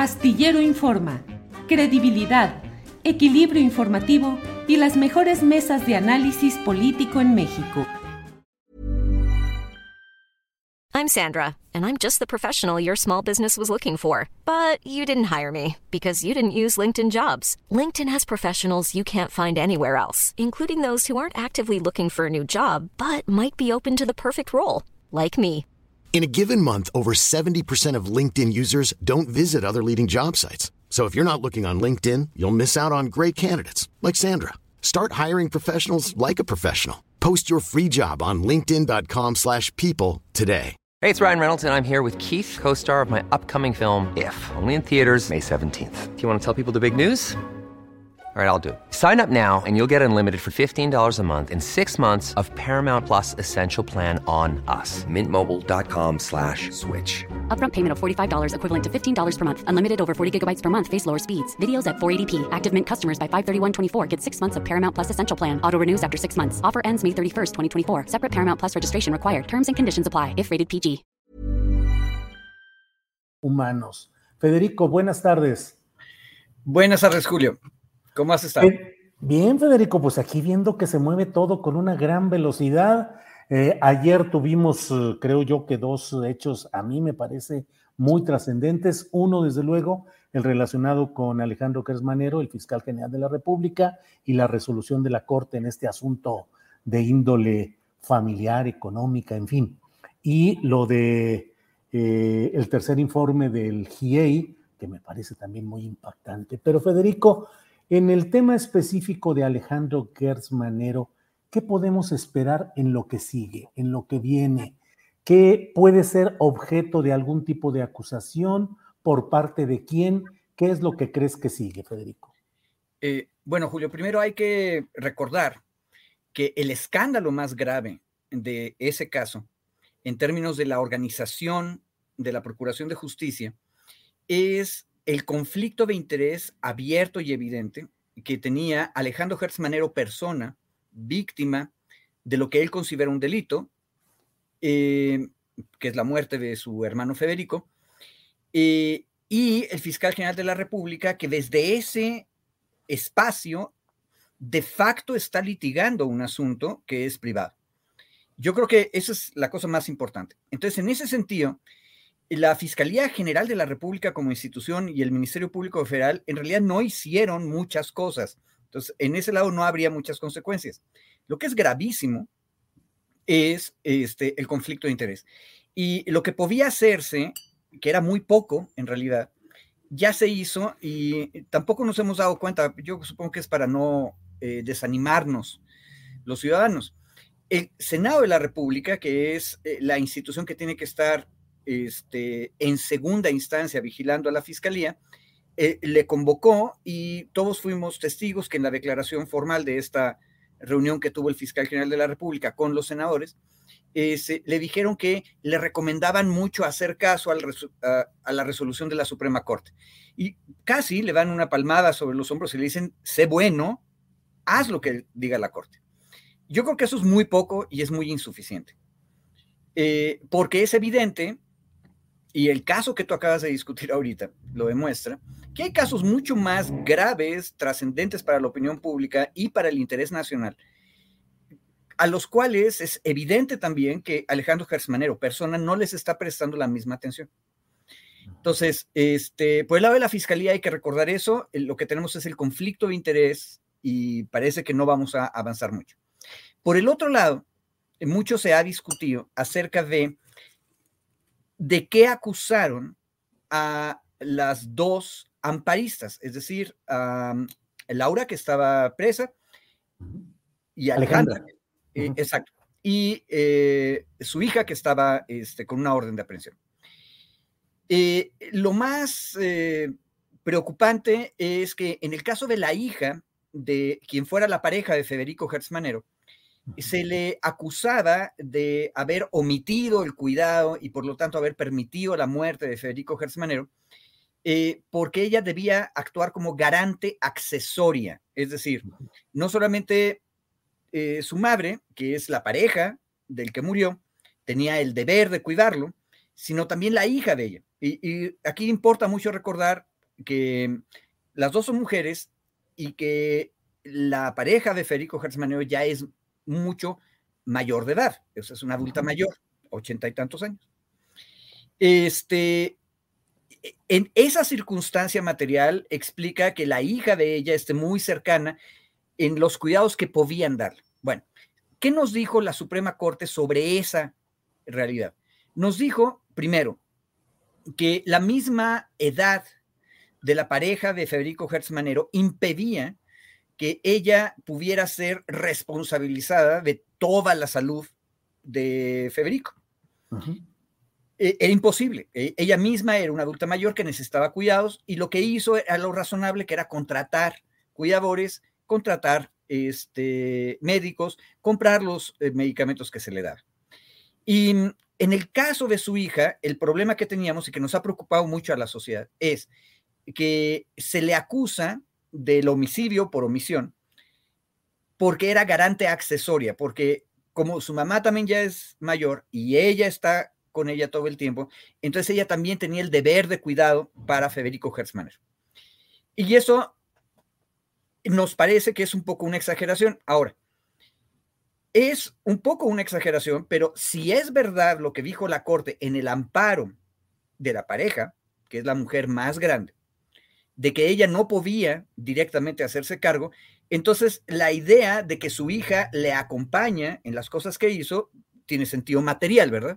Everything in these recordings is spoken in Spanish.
Astillero Informa, credibilidad, equilibrio informativo y las mejores mesas de análisis político en México. I'm Sandra, and I'm just the professional your small business was looking for. But you didn't hire me because you didn't use LinkedIn Jobs. LinkedIn has professionals you can't find anywhere else, including those who aren't actively looking for a new job, but might be open to the perfect role, like me. In a given month, over 70% of LinkedIn users don't visit other leading job sites. So if you're not looking on LinkedIn, you'll miss out on great candidates like Sandra. Start hiring professionals like a professional. Post your free job on linkedin.com/people today. Hey, it's Ryan Reynolds, and I'm here with Keith, co-star of my upcoming film, If, only in theaters May 17th. Do you want to tell people the big news? All right, I'll do it. Sign up now and you'll get unlimited for $15 a month and 6 months of Paramount Plus Essential Plan on us. MintMobile.com/switch. Upfront payment of $45 equivalent to $15 per month. Unlimited over 40 gigabytes per month. Face lower speeds. Videos at 480p. Active Mint customers by 531.24 get 6 months of Paramount Plus Essential Plan. Auto renews after 6 months. Offer ends May 31st, 2024. Separate Paramount Plus registration required. Terms and conditions apply if rated PG. Humanos. Federico, buenas tardes. Buenas tardes, Julio. ¿Cómo has estado? Bien, Federico, pues aquí viendo que se mueve todo con una gran velocidad. Ayer tuvimos, creo yo, que dos hechos a mí me parece muy trascendentes. Uno, desde luego, el relacionado con Alejandro Gertz Manero, el fiscal general de la República, y la resolución de la Corte en este asunto de índole familiar, económica, en fin. Y lo de el tercer informe del GIEI, que me parece también muy impactante. Pero, Federico, en el tema específico de Alejandro Gertz Manero, ¿qué podemos esperar en lo que sigue, en lo que viene? ¿Qué puede ser objeto de algún tipo de acusación? ¿Por parte de quién? ¿Qué es lo que crees que sigue, Federico? Bueno, Julio, primero hay que recordar que el escándalo más grave de ese caso, en términos de la organización de la Procuración de Justicia, es el conflicto de interés abierto y evidente que tenía Alejandro Gertz Manero persona, víctima de lo que él considera un delito, que es la muerte de su hermano Federico, y el fiscal general de la República, que desde ese espacio de facto está litigando un asunto que es privado. Yo creo que esa es la cosa más importante. Entonces, en ese sentido, la Fiscalía General de la República como institución y el Ministerio Público Federal en realidad no hicieron muchas cosas. Entonces, en ese lado no habría muchas consecuencias. Lo que es gravísimo es el conflicto de interés. Y lo que podía hacerse, que era muy poco en realidad, ya se hizo y tampoco nos hemos dado cuenta. Yo supongo que es para no desanimarnos los ciudadanos. El Senado de la República, que es la institución que tiene que estar en segunda instancia vigilando a la Fiscalía, le convocó y todos fuimos testigos que en la declaración formal de esta reunión que tuvo el fiscal general de la República con los senadores, le dijeron que le recomendaban mucho hacer caso a la resolución de la Suprema Corte. Y casi le dan una palmada sobre los hombros y le dicen, sé bueno, haz lo que diga la Corte. Yo creo que eso es muy poco y es muy insuficiente. Porque es evidente, y el caso que tú acabas de discutir ahorita lo demuestra, que hay casos mucho más graves, trascendentes para la opinión pública y para el interés nacional, a los cuales es evidente también que Alejandro Gertz Manero, persona, no les está prestando la misma atención. Entonces, por el lado de la Fiscalía hay que recordar eso. Lo que tenemos es el conflicto de interés y parece que no vamos a avanzar mucho. Por el otro lado, mucho se ha discutido acerca de qué acusaron a las dos amparistas, es decir, a Laura, que estaba presa, y Alejandra. Exacto. Y su hija, que estaba con una orden de aprehensión. Lo más preocupante es que en el caso de la hija de quien fuera la pareja de Federico Gertz Manero, se le acusaba de haber omitido el cuidado y por lo tanto haber permitido la muerte de Federico Gertz Manero, porque ella debía actuar como garante accesoria, es decir, no solamente su madre, que es la pareja del que murió, tenía el deber de cuidarlo, sino también la hija de ella. Y aquí importa mucho recordar que las dos son mujeres y que la pareja de Federico Hertz Manero ya es mucho mayor de edad, es una adulta mayor, 80 y tantos años. En esa circunstancia material explica que la hija de ella esté muy cercana en los cuidados que podían darle. Bueno, ¿qué nos dijo la Suprema Corte sobre esa realidad? Nos dijo, primero, que la misma edad de la pareja de Federico Hertz Manero impedía que ella pudiera ser responsabilizada de toda la salud de Federico. Era imposible. Ella misma era una adulta mayor que necesitaba cuidados y lo que hizo era lo razonable, que era contratar cuidadores, contratar médicos, comprar los medicamentos que se le daban. Y en el caso de su hija, el problema que teníamos y que nos ha preocupado mucho a la sociedad es que se le acusa del homicidio por omisión porque era garante accesoria, porque como su mamá también ya es mayor y ella está con ella todo el tiempo, entonces ella también tenía el deber de cuidado para Federico Hertz Manero. Y eso nos parece que es un poco una exageración. Ahora, es un poco una exageración, pero si es verdad lo que dijo la Corte en el amparo de la pareja, que es la mujer más grande, de que ella no podía directamente hacerse cargo, entonces la idea de que su hija le acompaña en las cosas que hizo tiene sentido material, ¿verdad?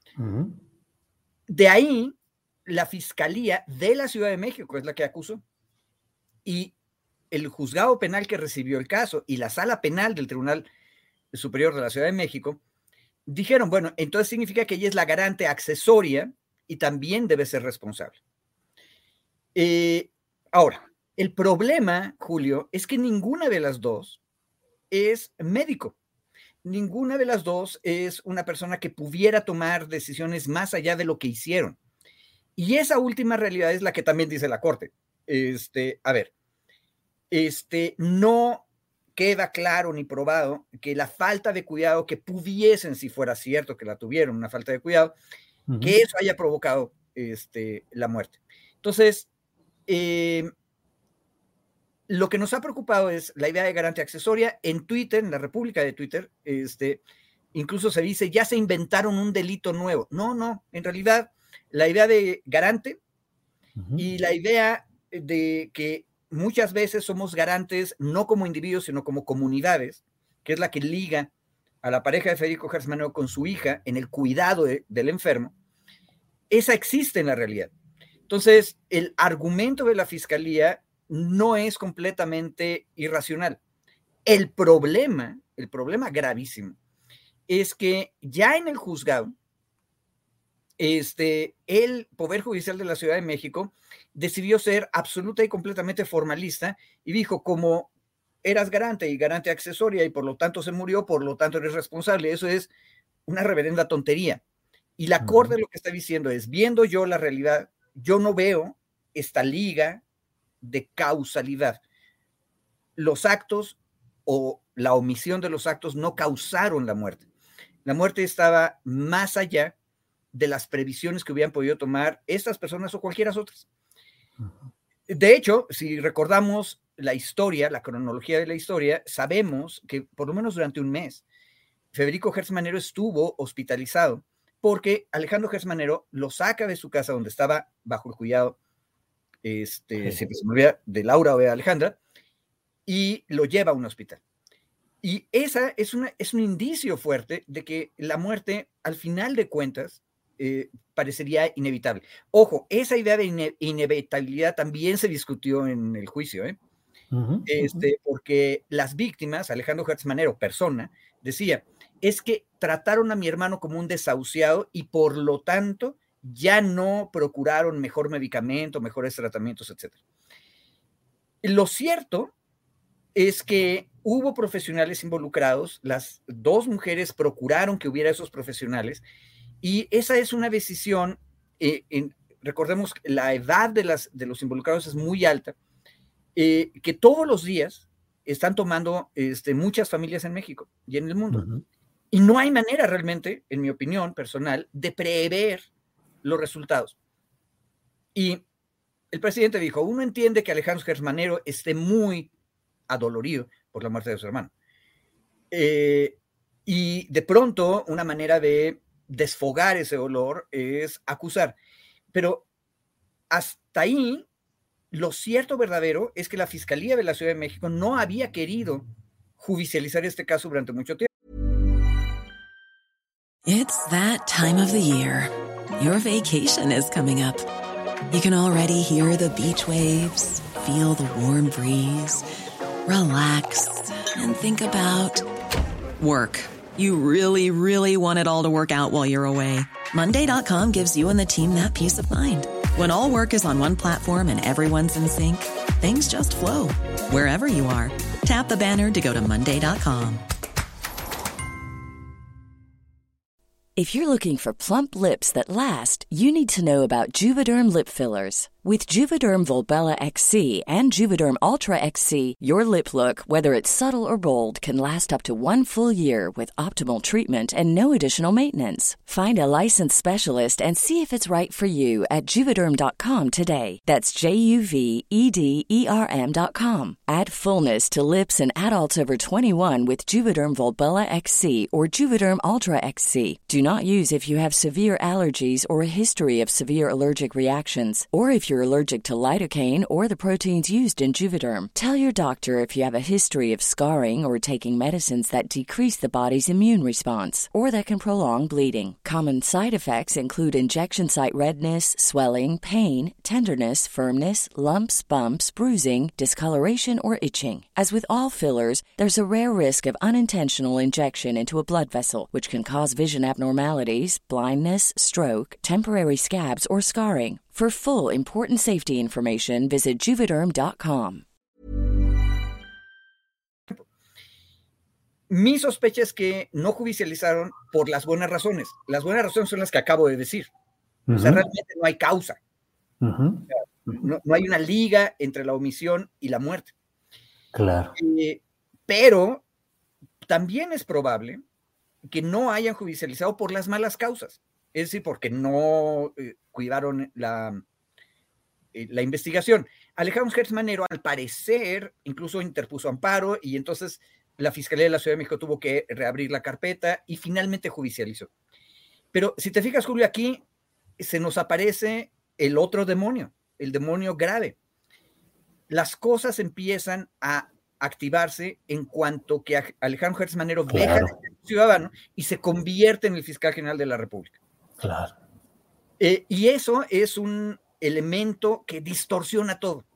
De ahí, la Fiscalía de la Ciudad de México es la que acusó. Y el juzgado penal que recibió el caso y la sala penal del Tribunal Superior de la Ciudad de México dijeron, bueno, entonces significa que ella es la garante accesoria y también debe ser responsable. Ahora, el problema, Julio, es que ninguna de las dos es médico. Ninguna de las dos es una persona que pudiera tomar decisiones más allá de lo que hicieron. Y esa última realidad es la que también dice la Corte. No queda claro ni probado que la falta de cuidado que pudiesen, si fuera cierto que la tuvieron, una falta de cuidado, que eso haya provocado la muerte. Entonces, lo que nos ha preocupado es la idea de garante accesoria. En Twitter, en la República de Twitter, incluso se dice, ya se inventaron un delito nuevo. No, en realidad, la idea de garante y la idea de que muchas veces somos garantes no como individuos, sino como comunidades, que es la que liga a la pareja de Federico Hertz Manero con su hija en el cuidado del enfermo, esa existe en la realidad. Entonces, el argumento de la Fiscalía no es completamente irracional. El problema gravísimo es que ya en el juzgado, el Poder Judicial de la Ciudad de México decidió ser absoluta y completamente formalista y dijo, como eras garante y garante accesoria y por lo tanto se murió, por lo tanto eres responsable. Eso es una reverenda tontería. Y la Corte lo que está diciendo es, viendo yo la realidad, yo no veo esta liga de causalidad. Los actos o la omisión de los actos no causaron la muerte. La muerte estaba más allá de las previsiones que hubieran podido tomar estas personas o cualquiera otras. De hecho, si recordamos la historia, la cronología de la historia, sabemos que por lo menos durante un mes, Federico Hertz Manero estuvo hospitalizado porque Alejandro Hertz Manero lo saca de su casa donde estaba bajo el cuidado siempre se me olvida, de Laura o de Alejandra, y lo lleva a un hospital. Y esa es un indicio fuerte de que la muerte, al final de cuentas, parecería inevitable. Ojo, esa idea de inevitabilidad también se discutió en el juicio, porque las víctimas, Alejandro Hertz Manero, persona, decía, es que trataron a mi hermano como un desahuciado y por lo tanto ya no procuraron mejor medicamento, mejores tratamientos, etc. Lo cierto es que hubo profesionales involucrados, las dos mujeres procuraron que hubiera esos profesionales y esa es una decisión, recordemos que la edad de los involucrados es muy alta, que todos los días están tomando muchas familias en México y en el mundo. Y no hay manera realmente, en mi opinión personal, de prever los resultados. Y el presidente dijo, uno entiende que Alejandro Gertz Manero esté muy adolorido por la muerte de su hermano. Y de pronto una manera de desfogar ese dolor es acusar. Pero hasta ahí, lo cierto verdadero es que la Fiscalía de la Ciudad de México no había querido judicializar este caso durante mucho tiempo. It's that time of the year. Your vacation is coming up. You can already hear the beach waves, feel the warm breeze, relax, and think about work. You really, really want it all to work out while you're away. Monday.com gives you and the team that peace of mind. When all work is on one platform and everyone's in sync, things just flow. Wherever you are, tap the banner to go to Monday.com. If you're looking for plump lips that last, you need to know about Juvederm lip fillers. With Juvederm Volbella XC and Juvederm Ultra XC, your lip look, whether it's subtle or bold, can last up to 1 full year with optimal treatment and no additional maintenance. Find a licensed specialist and see if it's right for you at Juvederm.com today. That's JUVEDERM.com. Add fullness to lips in adults over 21 with Juvederm Volbella XC or Juvederm Ultra XC. Do not use if you have severe allergies or a history of severe allergic reactions, or if you're allergic to lidocaine or the proteins used in Juvederm. Tell your doctor if you have a history of scarring or taking medicines that decrease the body's immune response or that can prolong bleeding. Common side effects include injection site redness, swelling, pain, tenderness, firmness, lumps, bumps, bruising, discoloration, or itching. As with all fillers, there's a rare risk of unintentional injection into a blood vessel, which can cause vision abnormalities, blindness, stroke, temporary scabs, or scarring. For full, important safety information, visit Juvederm.com. Mi sospecha es que no judicializaron por las buenas razones. Las buenas razones son las que acabo de decir. O sea, realmente no hay causa. O sea, no hay una liga entre la omisión y la muerte. Claro. Pero también es probable que no hayan judicializado por las malas causas. Es decir, porque no cuidaron la investigación. Alejandro Gertz Manero, al parecer, incluso interpuso amparo y entonces la Fiscalía de la Ciudad de México tuvo que reabrir la carpeta y finalmente judicializó. Pero si te fijas, Julio, aquí se nos aparece el otro demonio, el demonio grave. Las cosas empiezan a activarse en cuanto que Alejandro Gertz Manero deja de ser ciudadano y se convierte en el fiscal general de la República. Claro. Y eso es un elemento que distorsiona todo.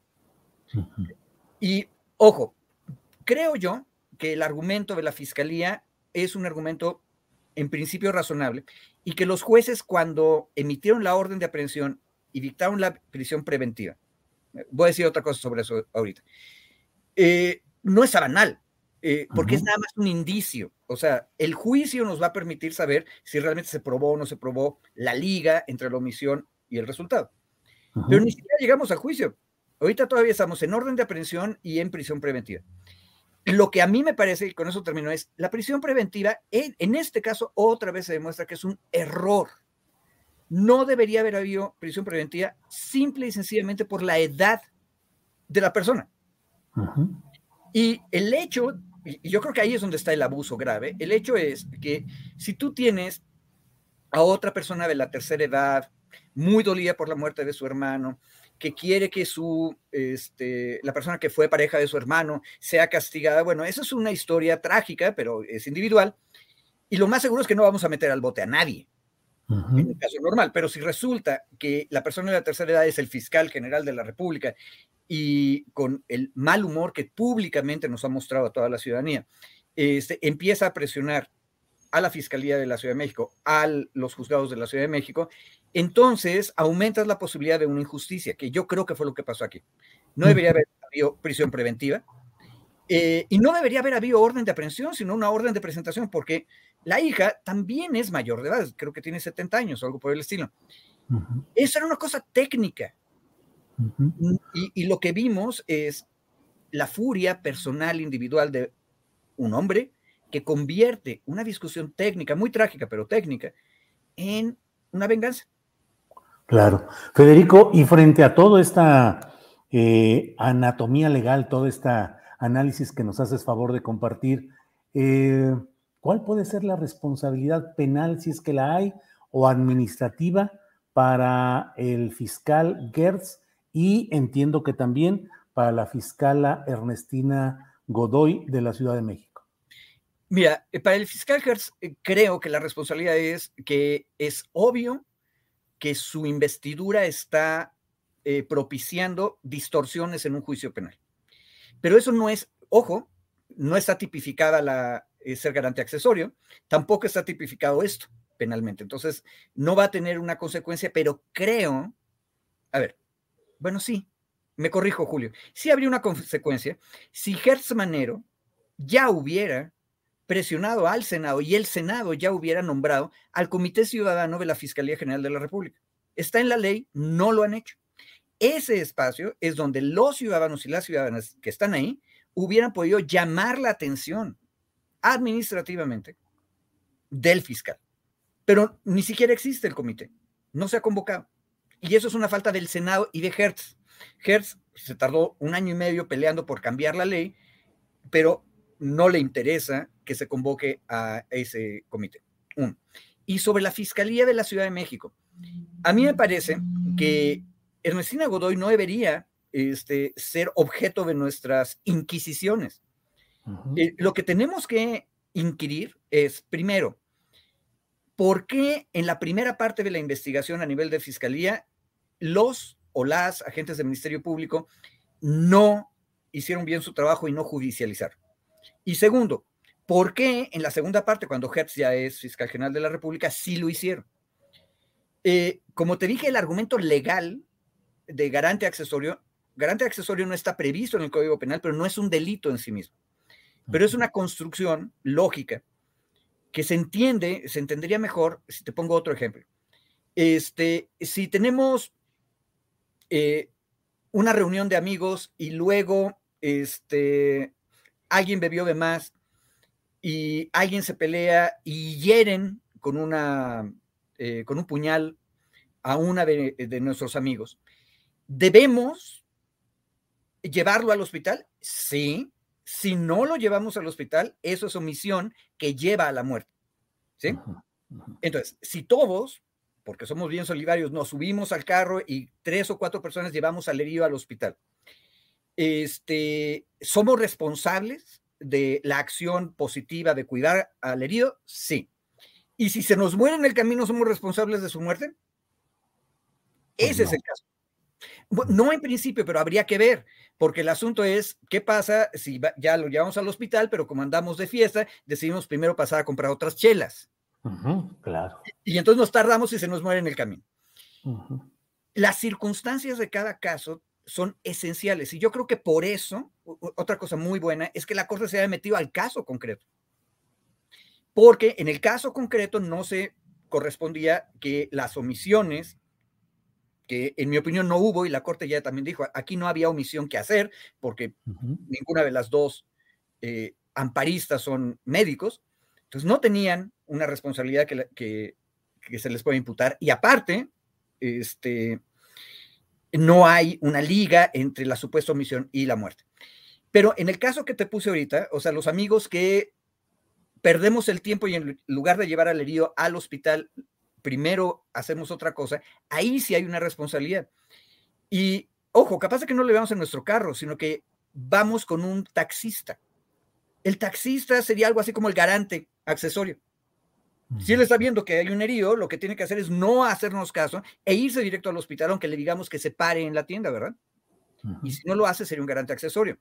Y, ojo, creo yo que el argumento de la Fiscalía es un argumento en principio razonable y que los jueces, cuando emitieron la orden de aprehensión y dictaron la prisión preventiva, voy a decir otra cosa sobre eso ahorita, no es banal, porque es nada más un indicio. O sea, el juicio nos va a permitir saber si realmente se probó o no se probó la liga entre la omisión y el resultado. Pero ni siquiera llegamos al juicio. Ahorita todavía estamos en orden de aprehensión y en prisión preventiva. Lo que a mí me parece, y con eso termino, es la prisión preventiva, en este caso, otra vez se demuestra que es un error. No debería haber habido prisión preventiva simple y sencillamente por la edad de la persona. Y el hecho, y yo creo que ahí es donde está el abuso grave, el hecho es que si tú tienes a otra persona de la tercera edad, muy dolida por la muerte de su hermano, que quiere que la persona que fue pareja de su hermano sea castigada, bueno, esa es una historia trágica, pero es individual, y lo más seguro es que no vamos a meter al bote a nadie, en el caso normal, pero si resulta que la persona de la tercera edad es el fiscal general de la República, y con el mal humor que públicamente nos ha mostrado a toda la ciudadanía, empieza a presionar a la Fiscalía de la Ciudad de México, a los juzgados de la Ciudad de México, entonces aumentas la posibilidad de una injusticia, que yo creo que fue lo que pasó aquí. No debería haber habido prisión preventiva, y no debería haber habido orden de aprehensión, sino una orden de presentación, porque la hija también es mayor de edad, creo que tiene 70 años o algo por el estilo. Eso era una cosa técnica. Y lo que vimos es la furia personal, individual de un hombre que convierte una discusión técnica, muy trágica, pero técnica, en una venganza. Claro. Federico, y frente a toda esta anatomía legal, todo este análisis que nos haces favor de compartir, ¿cuál puede ser la responsabilidad penal, si es que la hay, o administrativa para el fiscal Gertz y entiendo que también para la fiscala Ernestina Godoy de la Ciudad de México? Mira, para el fiscal Gertz creo que la responsabilidad es que es obvio que su investidura está propiciando distorsiones en un juicio penal. Pero eso no es, ojo, no está tipificada ser garante accesorio, tampoco está tipificado esto penalmente. Entonces, no va a tener una consecuencia, pero creo, bueno, sí, me corrijo, Julio, sí habría una consecuencia si Gertz Manero ya hubiera presionado al Senado y el Senado ya hubiera nombrado al Comité Ciudadano de la Fiscalía General de la República. Está en la ley, no lo han hecho. Ese espacio es donde los ciudadanos y las ciudadanas que están ahí hubieran podido llamar la atención administrativamente del fiscal. Pero ni siquiera existe el comité, no se ha convocado. Y eso es una falta del Senado y de Gertz. Gertz se tardó 1 año y medio peleando por cambiar la ley, pero no le interesa que se convoque a ese comité. Y sobre la Fiscalía de la Ciudad de México, a mí me parece que Ernestina Godoy no debería ser objeto de nuestras inquisiciones. Lo que tenemos que inquirir es, primero, ¿por qué en la primera parte de la investigación a nivel de Fiscalía los o las agentes del Ministerio Público no hicieron bien su trabajo y no judicializaron? Y segundo, ¿por qué en la segunda parte, cuando Gertz ya es fiscal general de la República, sí lo hicieron? Como te dije, el argumento legal de garante accesorio no está previsto en el Código Penal, pero no es un delito en sí mismo. Pero es una construcción lógica que se entendería mejor si te pongo otro ejemplo. Si tenemos una reunión de amigos y luego alguien bebió de más y alguien se pelea y hieren con un puñal a una de nuestros amigos, ¿debemos llevarlo al hospital? Sí. Si no lo llevamos al hospital, eso es omisión que lleva a la muerte. ¿Sí? Entonces, si todos, porque somos bien solidarios, nos subimos al carro y 3 o 4 personas llevamos al herido al hospital, ¿somos responsables de la acción positiva de cuidar al herido? Sí. ¿Y si se nos muere en el camino, somos responsables de su muerte? Ese es el caso. No en principio, pero habría que ver, porque el asunto es, ¿qué pasa si ya lo llevamos al hospital, pero como andamos de fiesta, decidimos primero pasar a comprar otras chelas? Claro. Y entonces nos tardamos y se nos muere en el camino. Las circunstancias de cada caso son esenciales, y yo creo que por eso, otra cosa muy buena, es que la Corte se haya metido al caso concreto. Porque en el caso concreto no se correspondía que las omisiones, que en mi opinión no hubo, y la Corte ya también dijo, aquí no había omisión que hacer, porque ninguna de las dos amparistas son médicos, entonces no tenían una responsabilidad que se les puede imputar, y aparte, no hay una liga entre la supuesta omisión y la muerte. Pero en el caso que te puse ahorita, o sea, los amigos que perdemos el tiempo y en lugar de llevar al herido al hospital, primero hacemos otra cosa, ahí sí hay una responsabilidad. Y, ojo, capaz de que no le vamos en nuestro carro, sino que vamos con un taxista. El taxista sería algo así como el garante accesorio. Si él está viendo que hay un herido, lo que tiene que hacer es no hacernos caso e irse directo al hospital, aunque le digamos que se pare en la tienda, ¿verdad? Y si no lo hace, sería un garante accesorio.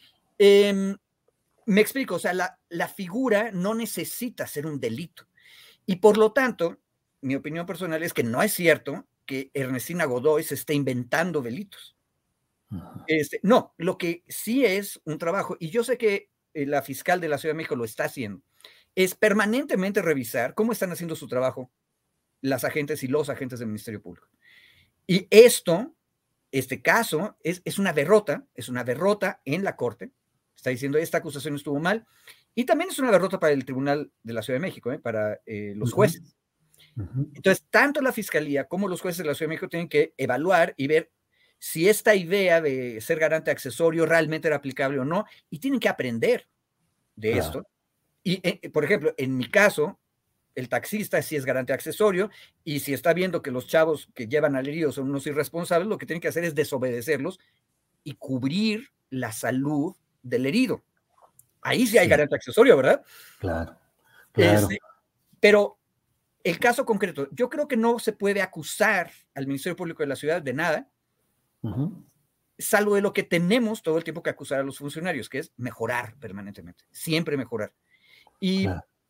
Me explico, o sea, la figura no necesita ser un delito. Y por lo tanto, mi opinión personal es que no es cierto que Ernestina Godoy se esté inventando delitos. No, lo que sí es un trabajo, y yo sé que la fiscal de la Ciudad de México lo está haciendo, es permanentemente revisar cómo están haciendo su trabajo las agentes y los agentes del Ministerio Público. Y este caso es una derrota en la Corte. Está diciendo, esta acusación estuvo mal, y también es una derrota para el Tribunal de la Ciudad de México, para los jueces. Entonces, tanto la Fiscalía como los jueces de la Ciudad de México tienen que evaluar y ver si esta idea de ser garante accesorio realmente era aplicable o no, y tienen que aprender de esto. Y, por ejemplo, en mi caso, el taxista sí es garante accesorio, y si está viendo que los chavos que llevan al herido son unos irresponsables, lo que tienen que hacer es desobedecerlos y cubrir la salud del herido. Ahí sí hay garante accesorio, ¿verdad? Claro. Pero el caso concreto, yo creo que no se puede acusar al Ministerio Público de la Ciudad de nada, salvo de lo que tenemos todo el tiempo que acusar a los funcionarios, que es mejorar permanentemente, siempre mejorar. Y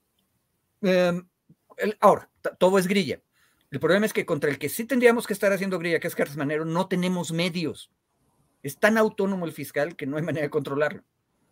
ahora, todo es grilla. El problema es que contra el que sí tendríamos que estar haciendo grilla, que es Carlos Manero, no tenemos medios. Es tan autónomo el fiscal que no hay manera de controlarlo.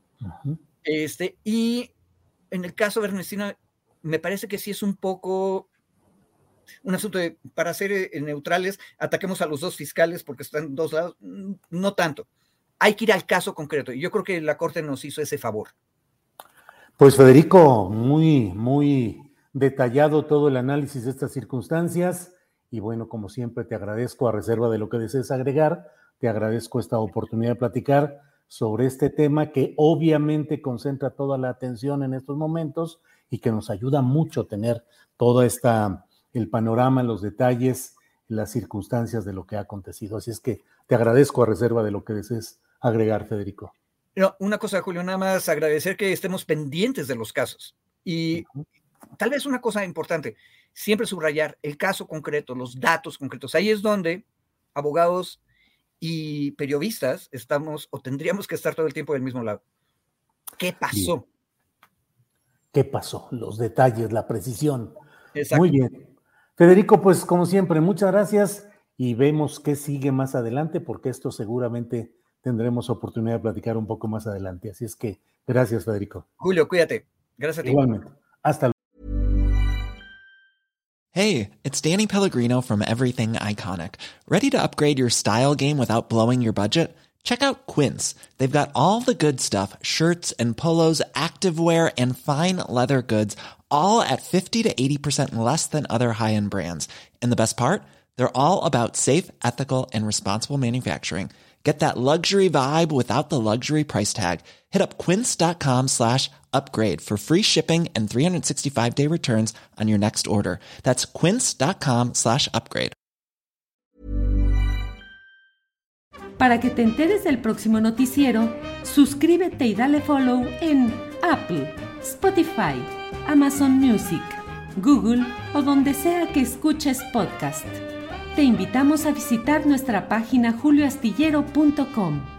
Y en el caso de Ernestina, me parece que sí es un poco un asunto de, para ser neutrales, ataquemos a los dos fiscales porque están dos lados. No tanto. Hay que ir al caso concreto. Y yo creo que la Corte nos hizo ese favor. Pues Federico, muy detallado todo el análisis de estas circunstancias. Y bueno, como siempre, te agradezco, a reserva de lo que desees agregar, te agradezco esta oportunidad de platicar sobre este tema que obviamente concentra toda la atención en estos momentos y que nos ayuda mucho tener toda el panorama, los detalles, las circunstancias de lo que ha acontecido. Así es que te agradezco, a reserva de lo que desees agregar, Federico. No, una cosa, Julio, nada más agradecer que estemos pendientes de los casos. Y tal vez una cosa importante, siempre subrayar el caso concreto, los datos concretos. Ahí es donde abogados y periodistas estamos o tendríamos que estar todo el tiempo del mismo lado. ¿Qué pasó? Bien. ¿Qué pasó? Los detalles, la precisión. Exacto. Muy bien. Federico, pues como siempre, muchas gracias y vemos qué sigue más adelante, porque esto seguramente tendremos oportunidad de platicar un poco más adelante. Así es que gracias, Federico. Julio, cuídate. Gracias a ti. Igualmente. Hasta luego. Hey, it's Danny Pellegrino from Everything Iconic. Ready to upgrade your style game without blowing your budget? Check out Quince. They've got all the good stuff, shirts and polos, activewear, and fine leather goods, all at 50 to 80% less than other high-end brands. And the best part? They're all about safe, ethical, and responsible manufacturing. Get that luxury vibe without the luxury price tag. Hit up quince.com/upgrade for free shipping and 365-day returns on your next order. That's quince.com/upgrade. Para que te enteres del próximo noticiero, suscríbete y dale follow en Apple, Spotify, Amazon Music, Google o donde sea que escuches podcast. Te invitamos a visitar nuestra página julioastillero.com.